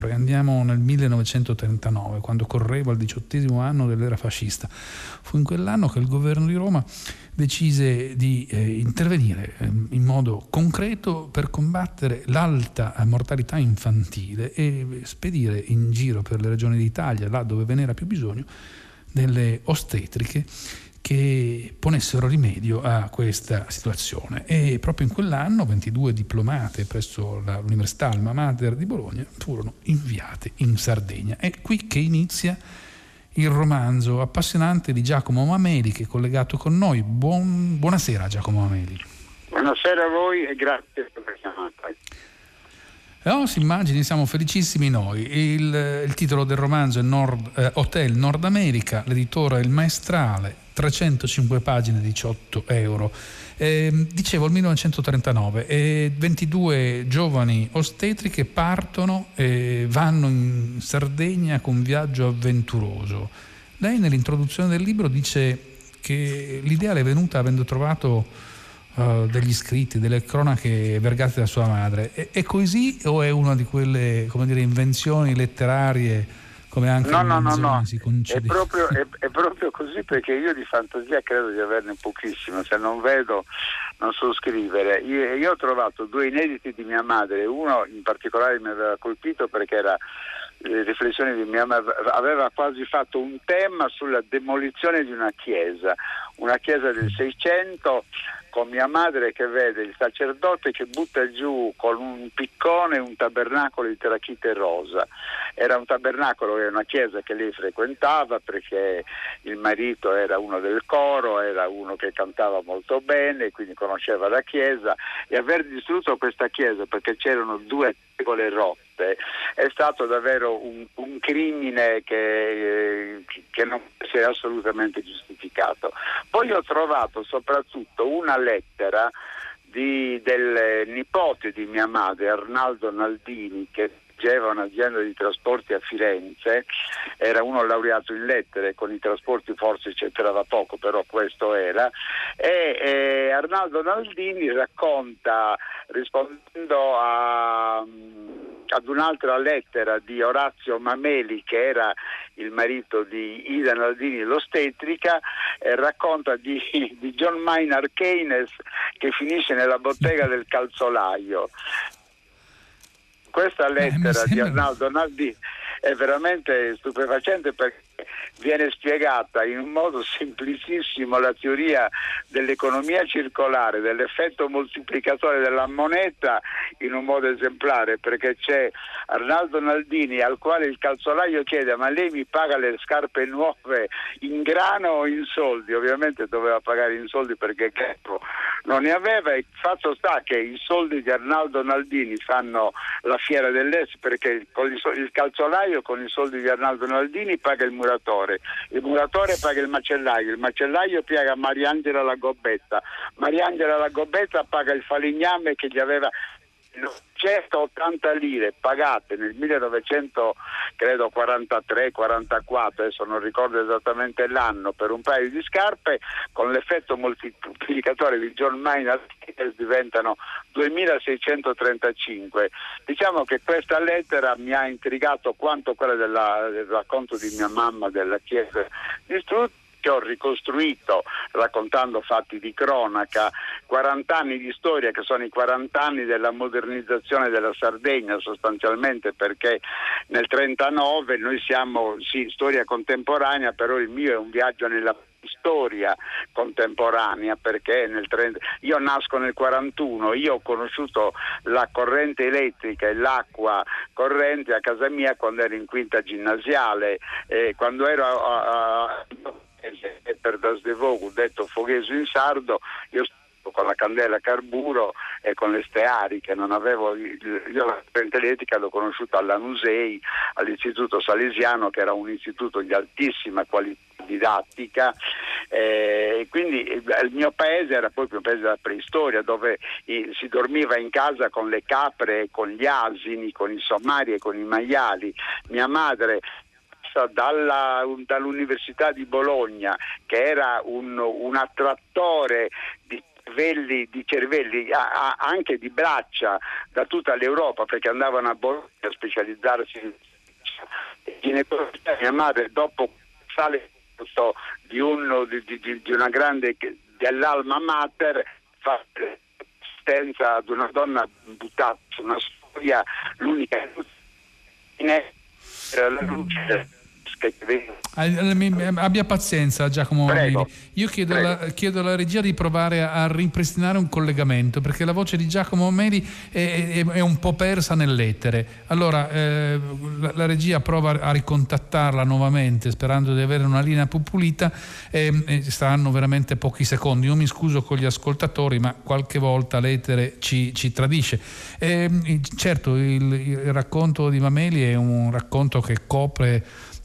Andiamo nel 1939, quando correva il 18° anno dell'era fascista. Fu in quell'anno che il governo di Roma decise di intervenire in modo concreto per combattere l'alta mortalità infantile e spedire in giro per le regioni d'Italia, là dove ve n'era più bisogno, delle ostetriche che ponessero rimedio a questa situazione. E proprio in quell'anno 22 diplomate presso l'Università Alma Mater di Bologna furono inviate in Sardegna. È qui che inizia il romanzo appassionante di Giacomo Mameli, che è collegato con noi. Buonasera Giacomo Mameli. Buonasera a voi e grazie per la chiamata. Si immagini, siamo felicissimi noi. Il titolo del romanzo è Hotel Nord America, l'editore è il Maestrale, 305 pagine, 18 euro. Dicevo il 1939, 22 giovani ostetriche partono e vanno in Sardegna con un viaggio avventuroso. Lei nell'introduzione del libro dice che l'idea le è venuta avendo trovato degli scritti, delle cronache vergate da sua madre. È così o è una di quelle, come dire, invenzioni letterarie, come anche no. si concede? È proprio così, perché io di fantasia credo di averne pochissimo. Se non vedo non so scrivere. Io ho trovato 2 inediti di mia madre, uno in particolare mi aveva colpito perché era le riflessioni di mia madre, aveva quasi fatto un tema sulla demolizione di una chiesa del 600, con mia madre che vede il sacerdote che butta giù con un piccone un tabernacolo di terachite rosa. Era un tabernacolo, era una chiesa che lei frequentava perché il marito era uno del coro, era uno che cantava molto bene, quindi conosceva la chiesa, e aver distrutto questa chiesa perché c'erano 2 tegole rotte è stato davvero un crimine che non si è assolutamente giustificato. Poi ho trovato soprattutto una lettera del nipote di mia madre, Arnaldo Naldini, che dirigeva un'azienda di trasporti a Firenze, era uno laureato in lettere, con i trasporti forse c'entrava poco, però questo era, e Arnaldo Naldini racconta, rispondendo ad un'altra lettera di Orazio Mameli, che era il marito di Ida Naldini, l'ostetrica, racconta di John Maynard Keynes che finisce nella bottega del calzolaio. Questa lettera di Arnaldo Naldini è veramente stupefacente, perché viene spiegata in un modo semplicissimo la teoria dell'economia circolare, dell'effetto moltiplicatore della moneta, in un modo esemplare, perché c'è Arnaldo Naldini al quale il calzolaio chiede: ma lei mi paga le scarpe nuove in grano o in soldi? Ovviamente doveva pagare in soldi perché tempo non ne aveva, e fatto sta che i soldi di Arnaldo Naldini fanno la fiera dell'Est, perché con il calzolaio con i soldi di Arnaldo Naldini paga il muratore paga il macellaio paga Mariangela la Gobbetta paga il falegname che gli aveva 180 lire pagate nel 1943-44, adesso non ricordo esattamente l'anno, per un paio di scarpe, con l'effetto moltiplicatore di John Maynard diventano 2635. Diciamo che questa lettera mi ha intrigato quanto quella del racconto di mia mamma della chiesa distrutta, che ho ricostruito raccontando fatti di cronaca, 40 anni di storia che sono i 40 anni della modernizzazione della Sardegna sostanzialmente, perché nel 39 noi siamo, sì, storia contemporanea, però il mio è un viaggio nella storia contemporanea, perché io nasco nel 41, io ho conosciuto la corrente elettrica e l'acqua corrente a casa mia quando ero in quinta ginnasiale, quando ero per Dasdevogu, detto Fogheso in sardo, io stavo con la candela a carburo e con le steariche, non avevo, io la corrente elettrica l'ho conosciuta all'Anusei, all'Istituto Salesiano, che era un istituto di altissima qualità didattica, quindi il mio paese era proprio un paese della preistoria, dove si dormiva in casa con le capre, con gli asini, con i sommari e con i maiali. Mia madre dall'Università di Bologna, che era un attrattore di di cervelli anche di braccia da tutta l'Europa, perché andavano a Bologna a specializzarsi in ginecologia. Mia madre, dopo sale di una grande dell'Alma Mater, fa assistenza ad una donna buttata su una storia, l'unica era la luce. Abbia pazienza, Giacomo Mameli. Io chiedo alla regia di provare a ripristinare un collegamento, perché la voce di Giacomo Mameli è un po' persa nell'etere. Allora la regia prova a ricontattarla nuovamente, sperando di avere una linea più pulita. Saranno veramente pochi secondi. Io mi scuso con gli ascoltatori, ma qualche volta l'etere ci tradisce. Certo, il racconto di Mameli è un racconto che copre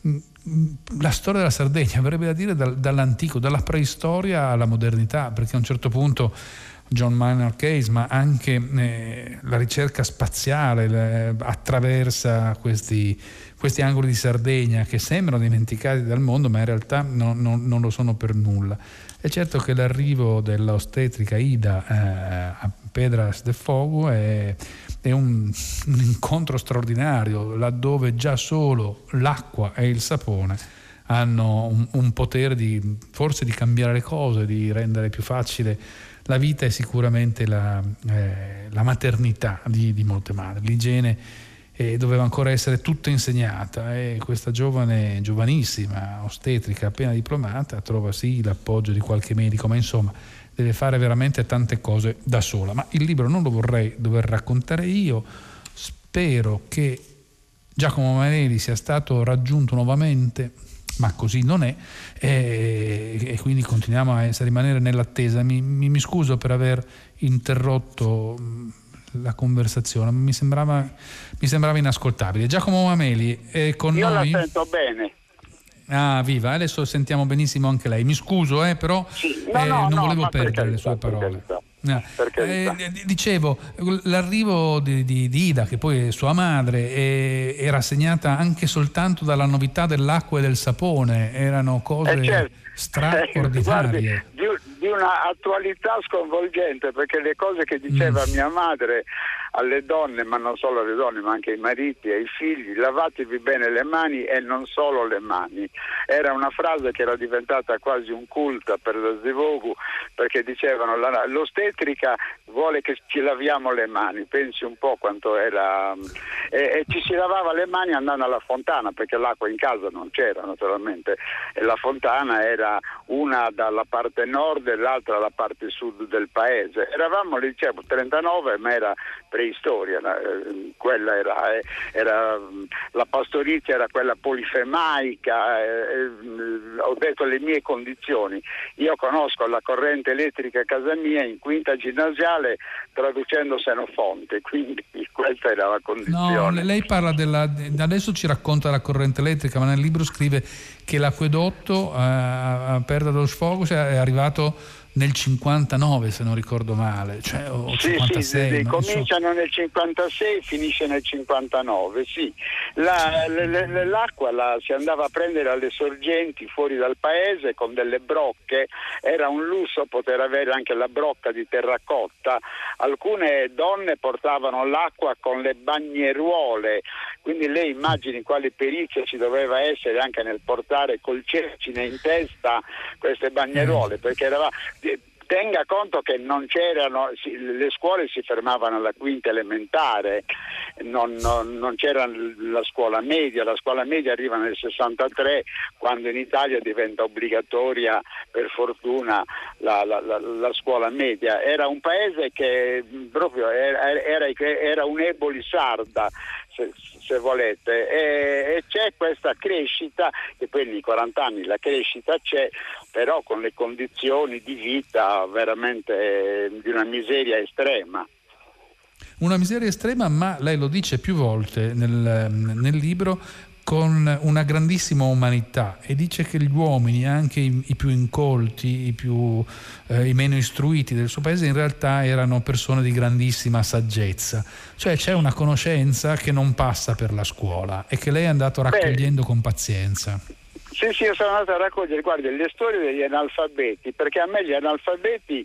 la storia della Sardegna, avrebbe da dire dall'antico, dalla preistoria alla modernità, perché a un certo punto John Maynard Keynes, ma anche la ricerca spaziale attraversa questi angoli di Sardegna che sembrano dimenticati dal mondo, ma in realtà non lo sono per nulla. È certo che l'arrivo dell'ostetrica Ida a Pedras de Fogo è un incontro straordinario, laddove già solo l'acqua e il sapone hanno un potere forse di cambiare le cose, di rendere più facile la vita e sicuramente la maternità di molte madri. L'igiene doveva ancora essere tutta insegnata, e questa giovanissima ostetrica appena diplomata trova sì l'appoggio di qualche medico, ma insomma deve fare veramente tante cose da sola. Ma il libro non lo vorrei dover raccontare io. Spero che Giacomo Mameli sia stato raggiunto nuovamente, ma così non è, e quindi continuiamo a rimanere nell'attesa. Mi scuso per aver interrotto la conversazione, mi sembrava inascoltabile. Giacomo Mameli è con noi. Io la sento bene. Ah, viva, adesso sentiamo benissimo anche lei. Mi scuso, però sì. Non volevo perdere le sue parole. Dicevo, l'arrivo di Ida, che poi è sua madre, era segnata anche soltanto dalla novità dell'acqua e del sapone. Erano cose straordinarie. Di una attualità sconvolgente, perché le cose che diceva mia madre alle donne, ma non solo alle donne, ma anche ai mariti e ai figli: lavatevi bene le mani, e non solo le mani. Era una frase che era diventata quasi un culto per la Zevogu, perché dicevano l'ostetrica vuole che ci laviamo le mani. Pensi un po' quanto era, e ci si lavava le mani andando alla fontana, perché l'acqua in casa non c'era naturalmente, e la fontana era una dalla parte nord e l'altra dalla parte sud del paese. Eravamo, le dicevo, 39, ma era preistoria, quella era la pastorizia, era quella polifemaica. Ho detto le mie condizioni. Io conosco la corrente elettrica a casa mia in quinta ginnasiale traducendo Senofonte, quindi questa era la condizione. No, lei parla adesso ci racconta la corrente elettrica, ma nel libro scrive che l'acquedotto a Perda dello Sfogo è arrivato nel 59, se non ricordo male, cioè, o 56. Sì, cominciano nel 56, finisce nel 59, sì. L'acqua si andava a prendere alle sorgenti fuori dal paese con delle brocche. Era un lusso poter avere anche la brocca di terracotta. Alcune donne portavano l'acqua con le bagneruole, quindi lei immagini quale perizia ci doveva essere anche nel portare col cercine in testa queste bagneruole, perché tenga conto che non c'erano, le scuole si fermavano alla quinta elementare, non c'era la scuola media arriva nel 63, quando in Italia diventa obbligatoria, per fortuna, la scuola media. Era un paese che proprio era un Eboli sarda, se volete, e c'è questa crescita, che poi nei 40 anni la crescita c'è, però con le condizioni di vita veramente di una miseria estrema. Una miseria estrema, ma lei lo dice più volte nel libro, con una grandissima umanità, e dice che gli uomini, anche i più incolti, i meno istruiti del suo paese, in realtà erano persone di grandissima saggezza. Cioè c'è una conoscenza che non passa per la scuola e che lei è andato raccogliendo con pazienza. Sì, io sono andato a raccogliere, guardi, le storie degli analfabeti, perché a me gli analfabeti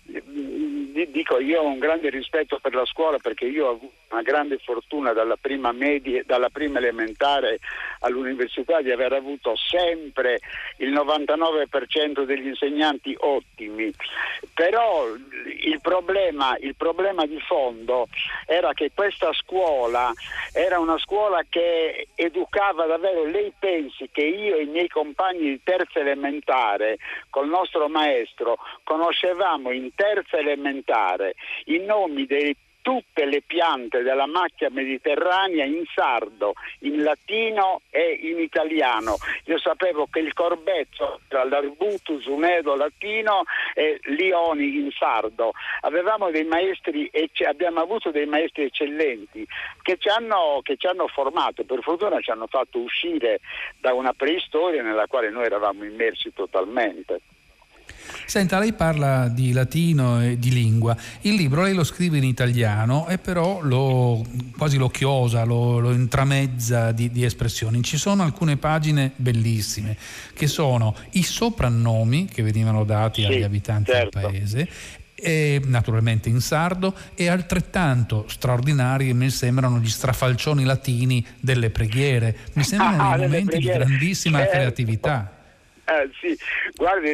Dico, io ho un grande rispetto per la scuola, perché io ho avuto una grande fortuna dalla prima elementare all'università di aver avuto sempre il 99% degli insegnanti ottimi, però il problema di fondo era che questa scuola era una scuola che educava davvero. Lei pensi che io e i miei compagni di terza elementare col nostro maestro conoscevamo in terza elementare i nomi di tutte le piante della macchia mediterranea in sardo, in latino e in italiano. Io sapevo che il corbezzo era l'Arbutus unedo latino e Lioni in sardo. Avevamo dei maestri abbiamo avuto dei maestri eccellenti che ci hanno formato. Per fortuna ci hanno fatto uscire da una preistoria nella quale noi eravamo immersi totalmente. Senta, lei parla di latino e di lingua. Il libro lei lo scrive in italiano e però quasi lo chiosa, lo intramezza di espressioni. Ci sono alcune pagine bellissime che sono i soprannomi che venivano dati agli abitanti del paese, e naturalmente in sardo, e altrettanto straordinari mi sembrano gli strafalcioni latini delle preghiere. Mi sembrano dei momenti di grandissima creatività. Sì, guardi,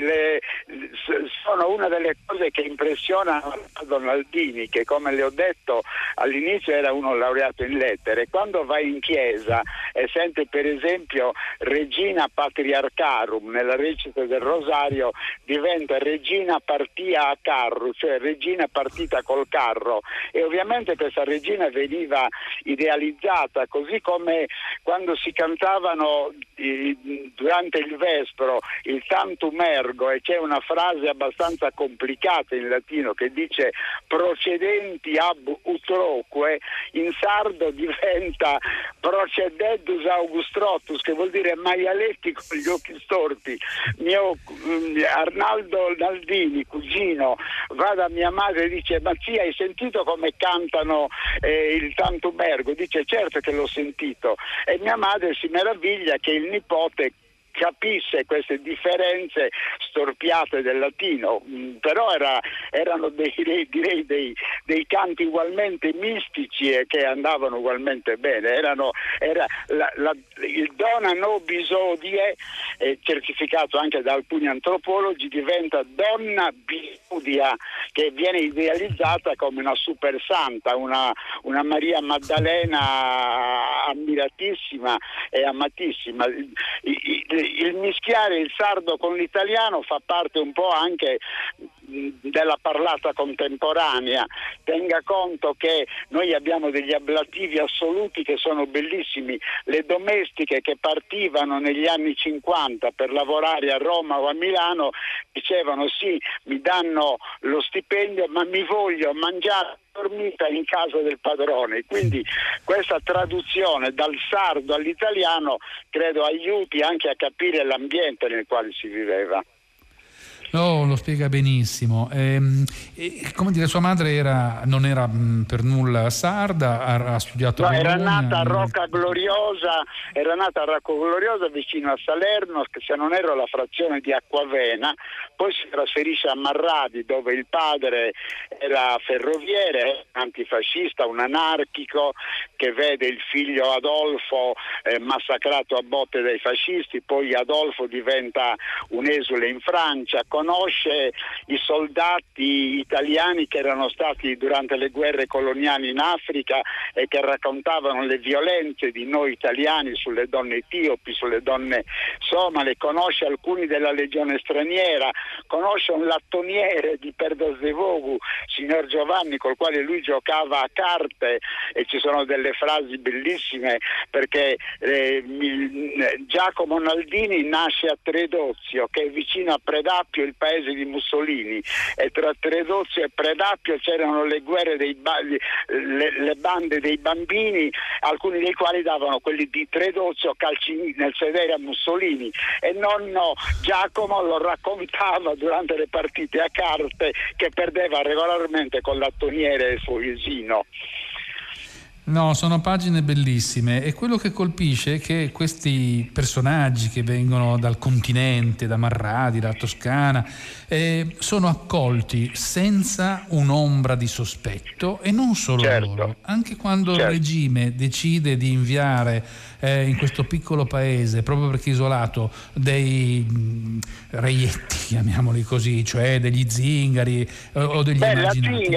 sono una delle cose che impressionano Donaldini, che come le ho detto all'inizio era uno laureato in lettere. Quando va in chiesa e sente per esempio Regina Patriarcharum nella recita del Rosario, diventa Regina Partia a Carro, cioè Regina partita col carro, e ovviamente questa regina veniva idealizzata, così come quando si cantavano durante il Vespro il Tantum Ergo, e c'è una frase abbastanza complicata in latino che dice procedenti ab utroque, in sardo diventa procedendus augustrotus, che vuol dire maialetti con gli occhi storti. Mio Arnaldo Naldini, cugino, va da mia madre e dice: ma zia, hai sentito come cantano il Tantum Ergo? Dice: certo che l'ho sentito. E mia madre si meraviglia che il nipote capisse queste differenze storpiate del latino, però erano direi dei canti ugualmente mistici e che andavano ugualmente bene. Il Dona nobis odie, certificato anche da alcuni antropologi, diventa Donna Biudia, che viene idealizzata come una super santa, una Maria Maddalena ammiratissima e amatissima. Il mischiare il sardo con l'italiano fa parte un po' anche della parlata contemporanea. Tenga conto che noi abbiamo degli ablativi assoluti che sono bellissimi. Le domestiche che partivano negli anni 50 per lavorare a Roma o a Milano dicevano: sì, mi danno lo stipendio, ma mi voglio mangiare dormita in casa del padrone. Quindi questa traduzione dal sardo all'italiano credo aiuti anche a capire l'ambiente nel quale si viveva. No, lo spiega benissimo. Come dire, sua madre non era per nulla sarda, ha studiato a Bologna. Era nata a Rocca Gloriosa, vicino a Salerno, che se non ero la frazione di Acquavena. Poi si trasferisce a Marradi, dove il padre era ferroviere, antifascista, un anarchico, che vede il figlio Adolfo massacrato a botte dai fascisti. Poi Adolfo diventa un esule in Francia, conosce i soldati italiani che erano stati durante le guerre coloniali in Africa e che raccontavano le violenze di noi italiani sulle donne etiopi, sulle donne somale. Conosce alcuni della legione straniera, conosce un lattoniere di Perdasdevogu, signor Giovanni, col quale lui giocava a carte, e ci sono delle frasi bellissime, perché Giacomo Naldini nasce a Tredozio, che è vicino a Predappio, il paese di Mussolini, e tra Tredozio e Predappio c'erano le guerre le bande dei bambini, alcuni dei quali davano, quelli di Tredozio, calci nel sedere a Mussolini, e nonno Giacomo lo raccontava durante le partite a carte che perdeva regolarmente con l'attoniere Foiesino. No, sono pagine bellissime e quello che colpisce è che questi personaggi che vengono dal continente, da Marradi, dalla Toscana, sono accolti senza un'ombra di sospetto, e non solo loro, anche quando il regime decide di inviare in questo piccolo paese, proprio perché isolato, dei reietti, chiamiamoli così, cioè degli zingari o degli immaginati.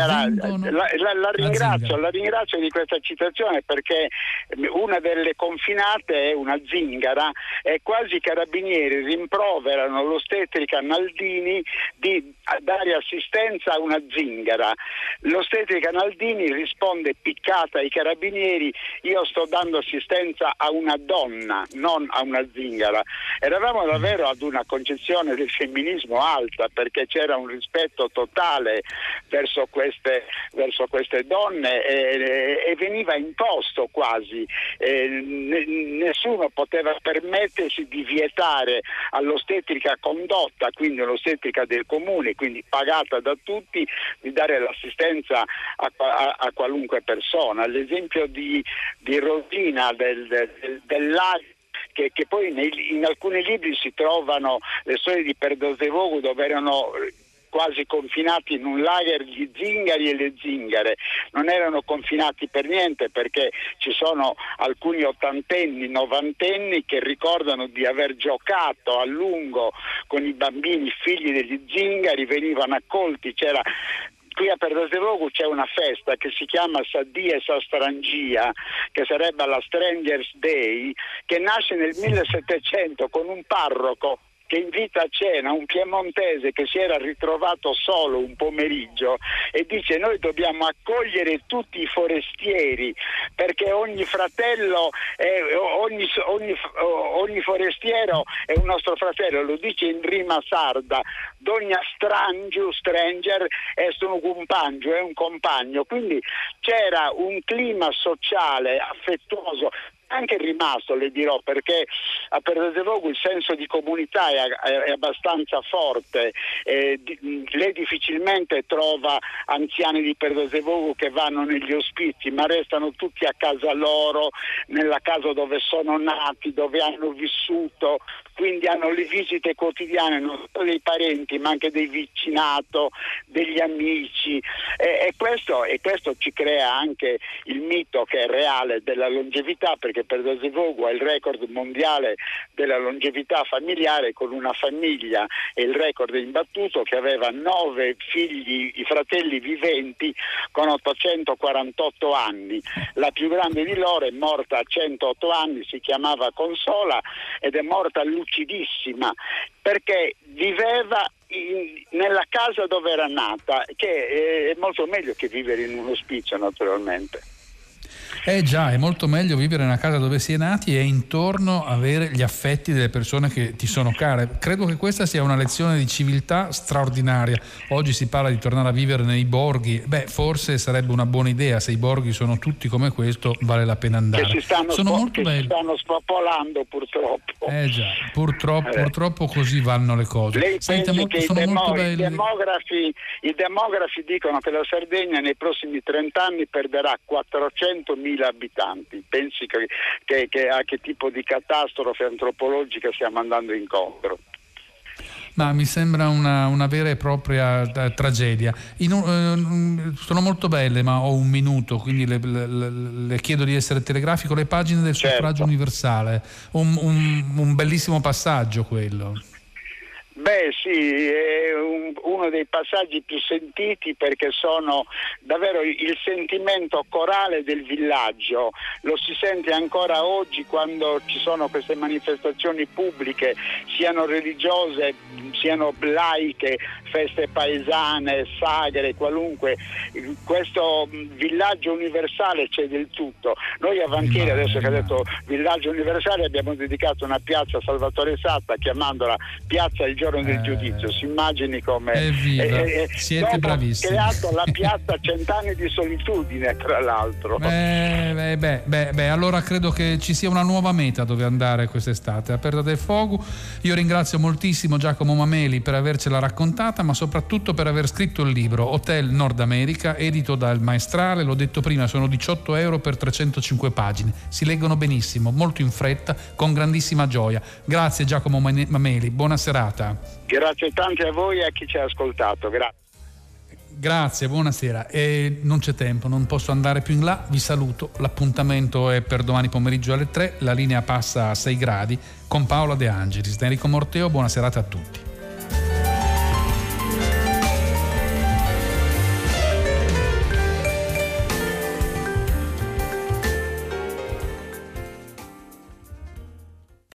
La ringrazio di questa citazione, perché una delle confinate è una zingara e quasi i carabinieri rimproverano l'ostetrica Naldini di dare assistenza a una zingara. L'ostetrica Naldini risponde piccata ai carabinieri: io sto dando assistenza a una donna, non a una zingara. Eravamo davvero ad una concezione del femminismo alta, perché c'era un rispetto totale verso queste donne e veniva imposto quasi. Nessuno poteva permettersi di vietare all'ostetrica condotta, quindi all'ostetrica del comune, quindi pagata da tutti, di dare l'assistenza a qualunque persona. L'esempio di Rosina dell'Asia, che poi in alcuni libri si trovano le storie di Perdozevogu, dove erano quasi confinati in un lager gli zingari e le zingare. Non erano confinati per niente, perché ci sono alcuni ottantenni, novantenni che ricordano di aver giocato a lungo con i bambini figli degli zingari, venivano accolti. Qui a Perdozevogu c'è una festa che si chiama Sadie Sastrangia, che sarebbe la Strangers Day, che nasce nel 1700 con un parroco che invita a cena un piemontese che si era ritrovato solo un pomeriggio e dice: noi dobbiamo accogliere tutti i forestieri, perché ogni fratello ogni forestiero è un nostro fratello. Lo dice in rima sarda: d'ogna stranger est un compagno, è un compagno. Quindi c'era un clima sociale affettuoso, anche rimasto, le dirò, perché a Perdozevogu il senso di comunità è abbastanza forte. Lei difficilmente trova anziani di Perdozevogu che vanno negli ospizi, ma restano tutti a casa loro, nella casa dove sono nati, dove hanno vissuto, quindi hanno le visite quotidiane non solo dei parenti ma anche dei vicinato, degli amici, e questo ci crea anche il mito, che è reale, della longevità, perché Perdozevogu ha il record mondiale della longevità familiare, con una famiglia, e il record imbattuto, che aveva 9 figli, i fratelli viventi, con 848 anni. La più grande di loro è morta a 108 anni, si chiamava Consola, ed è morta lucidissima, perché viveva nella casa dove era nata, che è molto meglio che vivere in un ospizio, naturalmente. Già, è molto meglio vivere nella casa dove si è nati e intorno avere gli affetti delle persone che ti sono care. Credo che questa sia una lezione di civiltà straordinaria. Oggi si parla di tornare a vivere nei borghi. Forse sarebbe una buona idea. Se i borghi sono tutti come questo, vale la pena andare. Si stanno spopolando, purtroppo. Già, purtroppo così vanno le cose. Lei pensi che i demografi dicono che la Sardegna nei prossimi 30 anni perderà 400.000 abitanti. Pensi che a che tipo di catastrofe antropologica stiamo andando incontro? Ma mi sembra una vera e propria tragedia. Sono molto belle, ma ho un minuto, quindi le chiedo di essere telegrafico. Le pagine del suffragio universale, un bellissimo passaggio quello. Sì, è uno dei passaggi più sentiti, perché sono davvero il sentimento corale del villaggio. Lo si sente ancora oggi quando ci sono queste manifestazioni pubbliche, siano religiose, siano laiche, feste paesane, sagre, qualunque. Questo villaggio universale c'è del tutto. Noi avantieri, adesso che ha detto villaggio universale, abbiamo dedicato una piazza a Salvatore Satta, chiamandola Piazza Il giorno del giudizio, si immagini come siete bravissimi. Creato la piazza Cent'anni di solitudine, tra l'altro. Allora credo che ci sia una nuova meta dove andare quest'estate, Aperta del Fogu. Io ringrazio moltissimo Giacomo Mameli per avercela raccontata, ma soprattutto per aver scritto il libro Hotel Nord America, edito dal Maestrale. L'ho detto prima, sono 18 euro per 305 pagine, si leggono benissimo, molto in fretta, con grandissima gioia. Grazie Giacomo Mameli, buona serata. Grazie tante a voi e a chi ci ha ascoltato, Grazie, buonasera. E non c'è tempo, non posso andare più in là, vi saluto, l'appuntamento è per domani pomeriggio alle 3, la linea passa a 6 gradi con Paola De Angelis. Da Enrico Morteo, buona serata a tutti.